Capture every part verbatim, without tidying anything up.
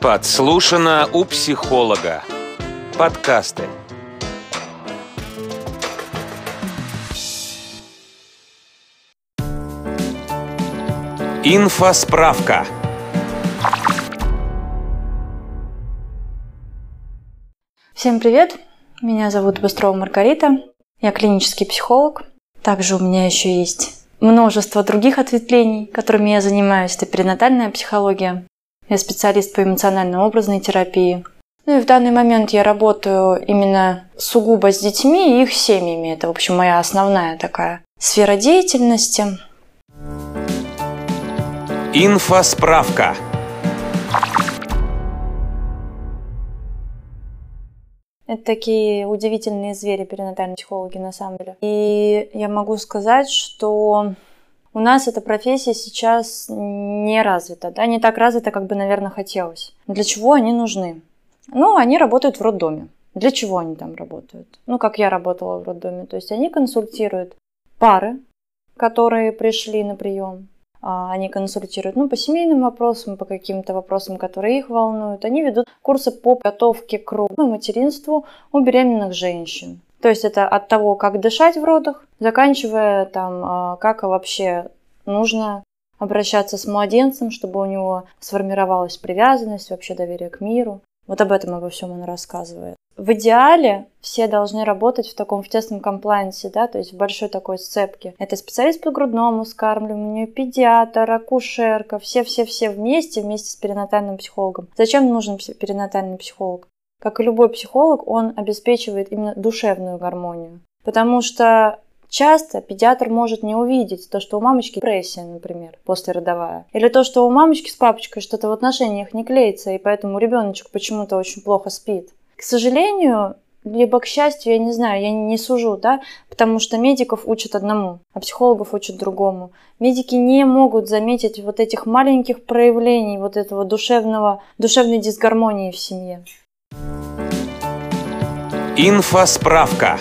Подслушано у психолога. Подкасты. Инфосправка. Всем привет! Меня зовут Быстрова Маргарита. Я клинический психолог. Также у меня еще есть множество других ответвлений, которыми я занимаюсь. Это перинатальная психология. Я специалист по эмоционально-образной терапии. Ну и в данный момент я работаю именно сугубо с детьми и их семьями. Это, в общем, моя основная такая сфера деятельности. Инфосправка. Это такие удивительные звери, перинатальные психологи, на самом деле. И я могу сказать, что у нас эта профессия сейчас не развита, да, не так развита, как бы, наверное, хотелось. Для чего они нужны? Ну, они работают в роддоме. Для чего они там работают? Ну, как я работала в роддоме. То есть они консультируют пары, которые пришли на прием. Они консультируют ну, по семейным вопросам, по каким-то вопросам, которые их волнуют. Они ведут курсы по подготовке к роду и материнству у беременных женщин. То есть это от того, как дышать в родах, заканчивая там, как вообще нужно обращаться с младенцем, чтобы у него сформировалась привязанность, вообще доверие к миру. Вот об этом обо всем он рассказывает. В идеале все должны работать в таком в тесном комплайнсе, да, то есть в большой такой сцепке. Это специалист по грудному вскармливанию, педиатр, акушерка, все-все-все вместе, вместе с перинатальным психологом. Зачем нужен перинатальный психолог? Как и любой психолог, он обеспечивает именно душевную гармонию. Потому что часто педиатр может не увидеть то, что у мамочки депрессия, например, послеродовая. Или то, что у мамочки с папочкой что-то в отношениях не клеится, и поэтому ребеночек почему-то очень плохо спит. К сожалению, либо к счастью, я не знаю, я не сужу, да, потому что медиков учат одному, а психологов учат другому. Медики не могут заметить вот этих маленьких проявлений, вот этого душевного, душевной дисгармонии в семье. Инфосправка.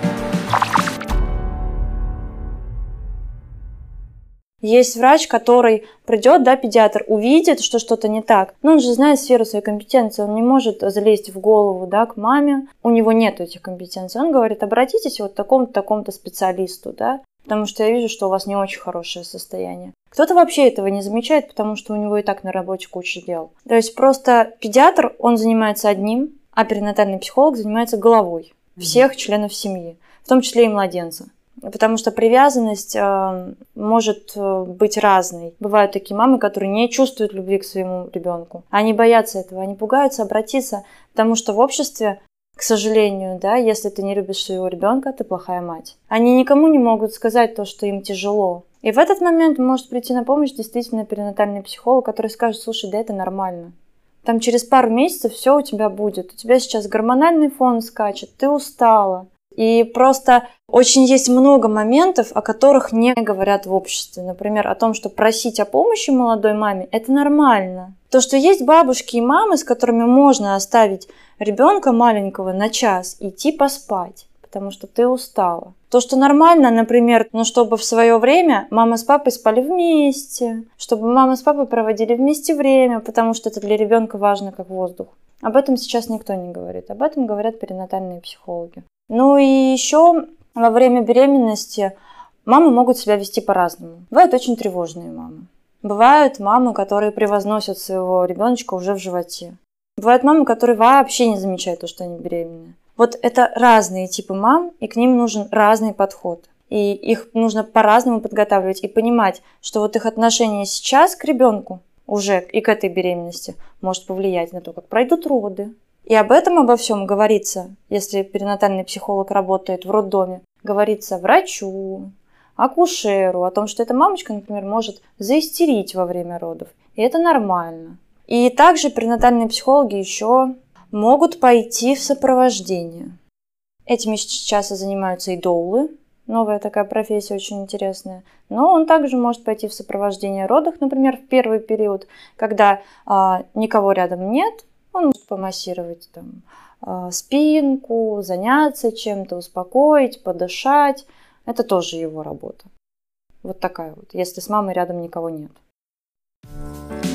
Есть врач, который придет, да, педиатр, увидит, что что-то не так. Но он же знает сферу своей компетенции, он не может залезть в голову, да, к маме. У него нет этих компетенций. Он говорит, обратитесь вот к такому-то, такому-то специалисту, да, потому что я вижу, что у вас не очень хорошее состояние. Кто-то вообще этого не замечает, потому что у него и так на работе куча дел. То есть просто педиатр, он занимается одним, а перинатальный психолог занимается головой всех членов семьи, в том числе и младенца. Потому что привязанность э, может быть разной. Бывают такие мамы, которые не чувствуют любви к своему ребенку. Они боятся этого, они пугаются обратиться, потому что в обществе, к сожалению, да, если ты не любишь своего ребенка, ты плохая мать. Они никому не могут сказать то, что им тяжело. И в этот момент может прийти на помощь действительно перинатальный психолог, который скажет, слушай, да это нормально. Там через пару месяцев все у тебя будет. У тебя сейчас гормональный фон скачет, ты устала. И просто очень есть много моментов, о которых не говорят в обществе. Например, о том, что просить о помощи молодой маме – это нормально. То, что есть бабушки и мамы, с которыми можно оставить ребенка маленького на час и идти поспать, потому что ты устала. То, что нормально, например, ну, чтобы в свое время мама с папой спали вместе, чтобы мама с папой проводили вместе время, потому что это для ребенка важно, как воздух. Об этом сейчас никто не говорит. Об этом говорят перинатальные психологи. Ну и еще во время беременности мамы могут себя вести по-разному. Бывают очень тревожные мамы. Бывают мамы, которые превозносят своего ребеночка уже в животе. Бывают мамы, которые вообще не замечают то, что они беременны. Вот это разные типы мам, и к ним нужен разный подход. И их нужно по-разному подготавливать и понимать, что вот их отношение сейчас к ребенку уже и к этой беременности может повлиять на то, как пройдут роды. И об этом, обо всем говорится, если перинатальный психолог работает в роддоме, говорится врачу, акушеру, о том, что эта мамочка, например, может заистерить во время родов. И это нормально. И также перинатальные психологи еще могут пойти в сопровождение. Этими сейчас занимаются и доулы. Новая такая профессия, очень интересная. Но он также может пойти в сопровождение родов, например, в первый период, когда а, никого рядом нет. Он может помассировать там, спинку, заняться чем-то, успокоить, подышать. Это тоже его работа. Вот такая вот, если с мамой рядом никого нет.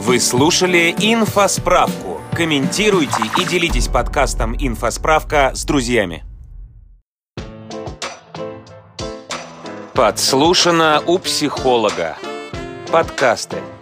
Вы слушали «Инфосправку». Комментируйте и делитесь подкастом «Инфосправка» с друзьями. Подслушано у психолога. Подкасты.